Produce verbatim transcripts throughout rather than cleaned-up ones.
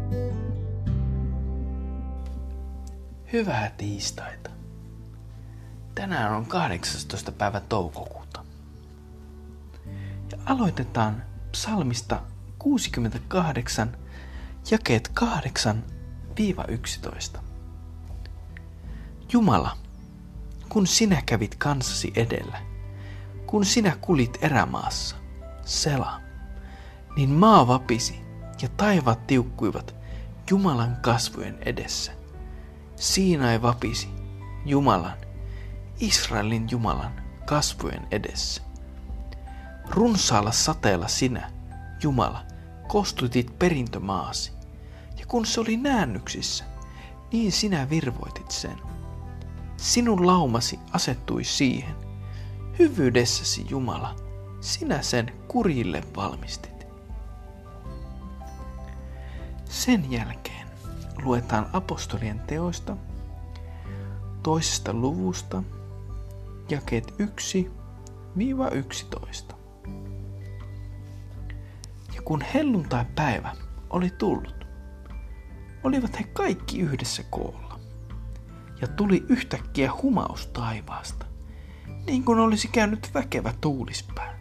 Hyvää tiistaita. Tänään on kahdeksastoista päivä toukokuuta. Ja aloitetaan psalmista kuusikymmentäkahdeksan, jakeet kahdeksan yksitoista. Jumala, kun sinä kävit kansasi edellä, kun sinä kulit erämaassa, Sela, niin maa vapisi ja taivaat tiukkuivat Jumalan kasvojen edessä. Siinai vapisi Jumalan, Israelin Jumalan kasvojen edessä. Runsaalla sateella sinä, Jumala, kostutit perintömaasi, ja kun se oli näännyksissä, niin sinä virvoitit sen. Sinun laumasi asettui siihen. Hyvyydessäsi, Jumala, sinä sen kurjille valmistit. Sen jälkeen luetaan apostolien teoista, toisesta luvusta, jakeet yksi yksitoista. Ja kun helluntai-päivä oli tullut, olivat he kaikki yhdessä koolla, ja tuli yhtäkkiä humaus taivaasta, niin kuin olisi käynyt väkevä tuulispää,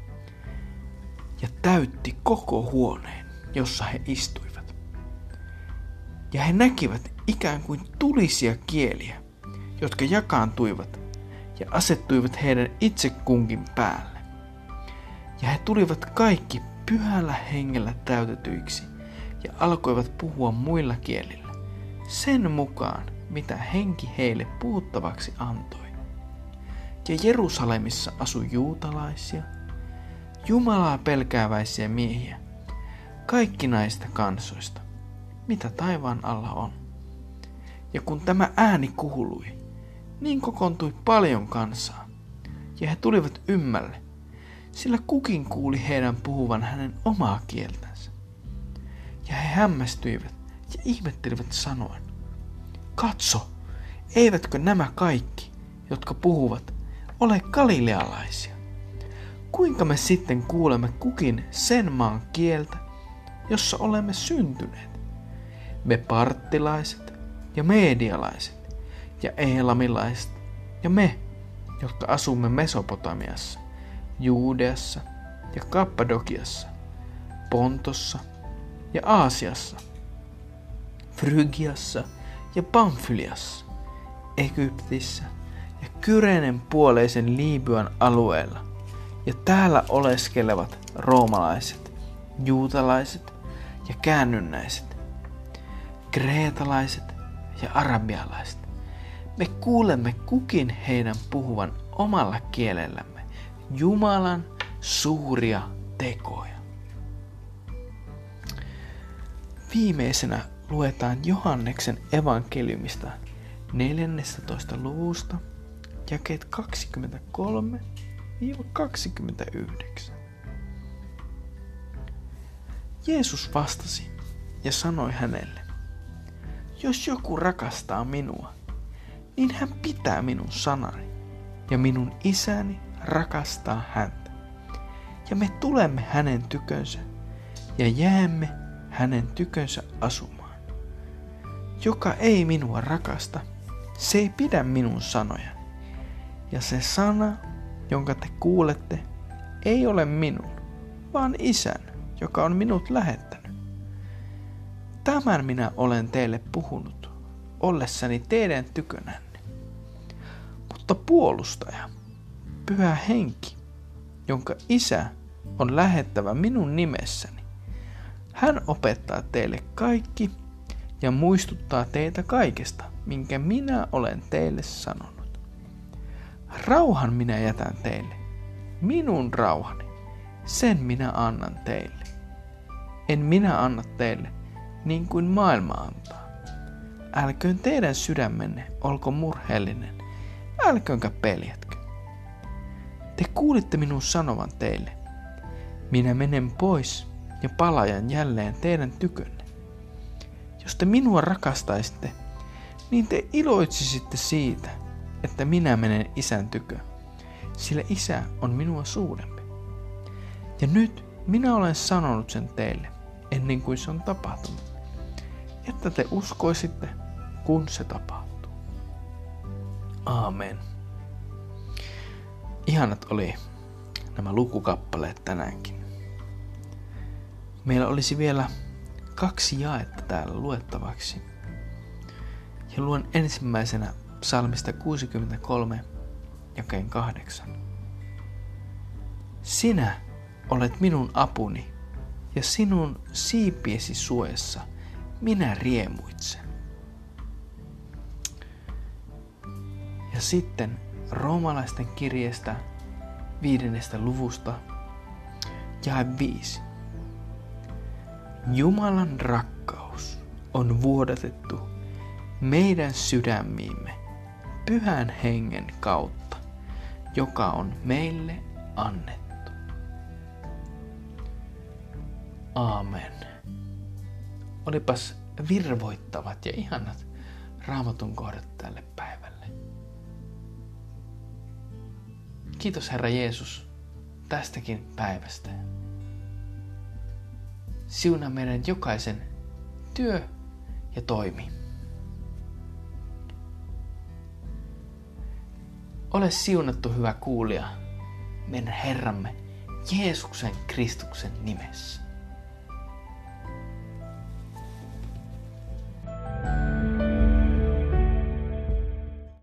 ja täytti koko huoneen, jossa he istuivat. Ja he näkivät ikään kuin tulisia kieliä, jotka jakaantuivat ja asettuivat heidän itse kunkin päälle. Ja he tulivat kaikki pyhällä hengellä täytetyiksi ja alkoivat puhua muilla kielillä, sen mukaan, mitä henki heille puhuttavaksi antoi. Ja Jerusalemissa asui juutalaisia, Jumalaa pelkääväisiä miehiä, kaikki näistä kansoista, mitä taivaan alla on. Ja kun tämä ääni kuului, niin kokoontui paljon kansaa, ja he tulivat ymmälle, sillä kukin kuuli heidän puhuvan hänen omaa kieltänsä. Ja he hämmästyivät ja ihmettelivät sanoen, katso, eivätkö nämä kaikki, jotka puhuvat, ole galilealaisia? Kuinka me sitten kuulemme kukin sen maan kieltä, jossa olemme syntyneet? Me parttilaiset ja meedialaiset ja eelamilaiset ja me, jotka asumme Mesopotamiassa, Juudeassa ja Kappadokiassa, Pontossa ja Aasiassa, Frygiassa ja Pamfyliassa, Egyptissä ja Kyrenen puoleisen Liibyan alueella, ja täällä oleskelevat roomalaiset, juutalaiset ja käännynnäiset, kreetalaiset ja arabialaiset. Me kuulemme kukin heidän puhuvan omalla kielellämme Jumalan suuria tekoja. Viimeisenä luetaan Johanneksen evankeliumista neljännestätoista luvusta, jakeet kaksikymmentäkolme kaksikymmentäyhdeksän. Jeesus vastasi ja sanoi hänelle, jos joku rakastaa minua, niin hän pitää minun sanani, ja minun isäni rakastaa häntä. Ja me tulemme hänen tykönsä, ja jäämme hänen tykönsä asumaan. Joka ei minua rakasta, se ei pidä minun sanojani. Ja se sana, jonka te kuulette, ei ole minun, vaan isän, joka on minut lähettänyt. Tämän minä olen teille puhunut, ollessani teidän tykönänne. Mutta puolustaja, Pyhä Henki, jonka isä on lähettävä minun nimessäni, hän opettaa teille kaikki ja muistuttaa teitä kaikesta, minkä minä olen teille sanonut. Rauhan minä jätän teille, minun rauhani, sen minä annan teille. En minä anna teille niin kuin maailma antaa. Älköön teidän sydämenne olko murheellinen, älköönkä peljätkö. Te kuulitte minun sanovan teille, minä menen pois ja palajan jälleen teidän tykönne. Jos te minua rakastaisitte, niin te iloitsisitte siitä, että minä menen isän tykö, sillä isä on minua suurempi. Ja nyt minä olen sanonut sen teille, ennen kuin se on tapahtunut, että te uskoisitte, kun se tapahtuu. Aamen. Ihanat oli nämä lukukappaleet tänäänkin. Meillä olisi vielä kaksi jaetta täällä luettavaksi. Ja luen ensimmäisenä psalmista kuusikymmentäkolme, jakeen kahdeksan. Sinä olet minun apuni, ja sinun siipiesi suojassa minä riemuitsen. Ja sitten roomalaisten kirjeestä viidennestä luvusta, jae viisi. Jumalan rakkaus on vuodatettu meidän sydämiimme Pyhän Hengen kautta, joka on meille annettu. Aamen. Olipas virvoittavat ja ihanat Raamatun kohdat tälle päivälle. Kiitos Herra Jeesus tästäkin päivästä. Siunaa meidän jokaisen työ ja toimi. Ole siunattu, hyvä kuulija, meidän Herramme Jeesuksen Kristuksen nimessä.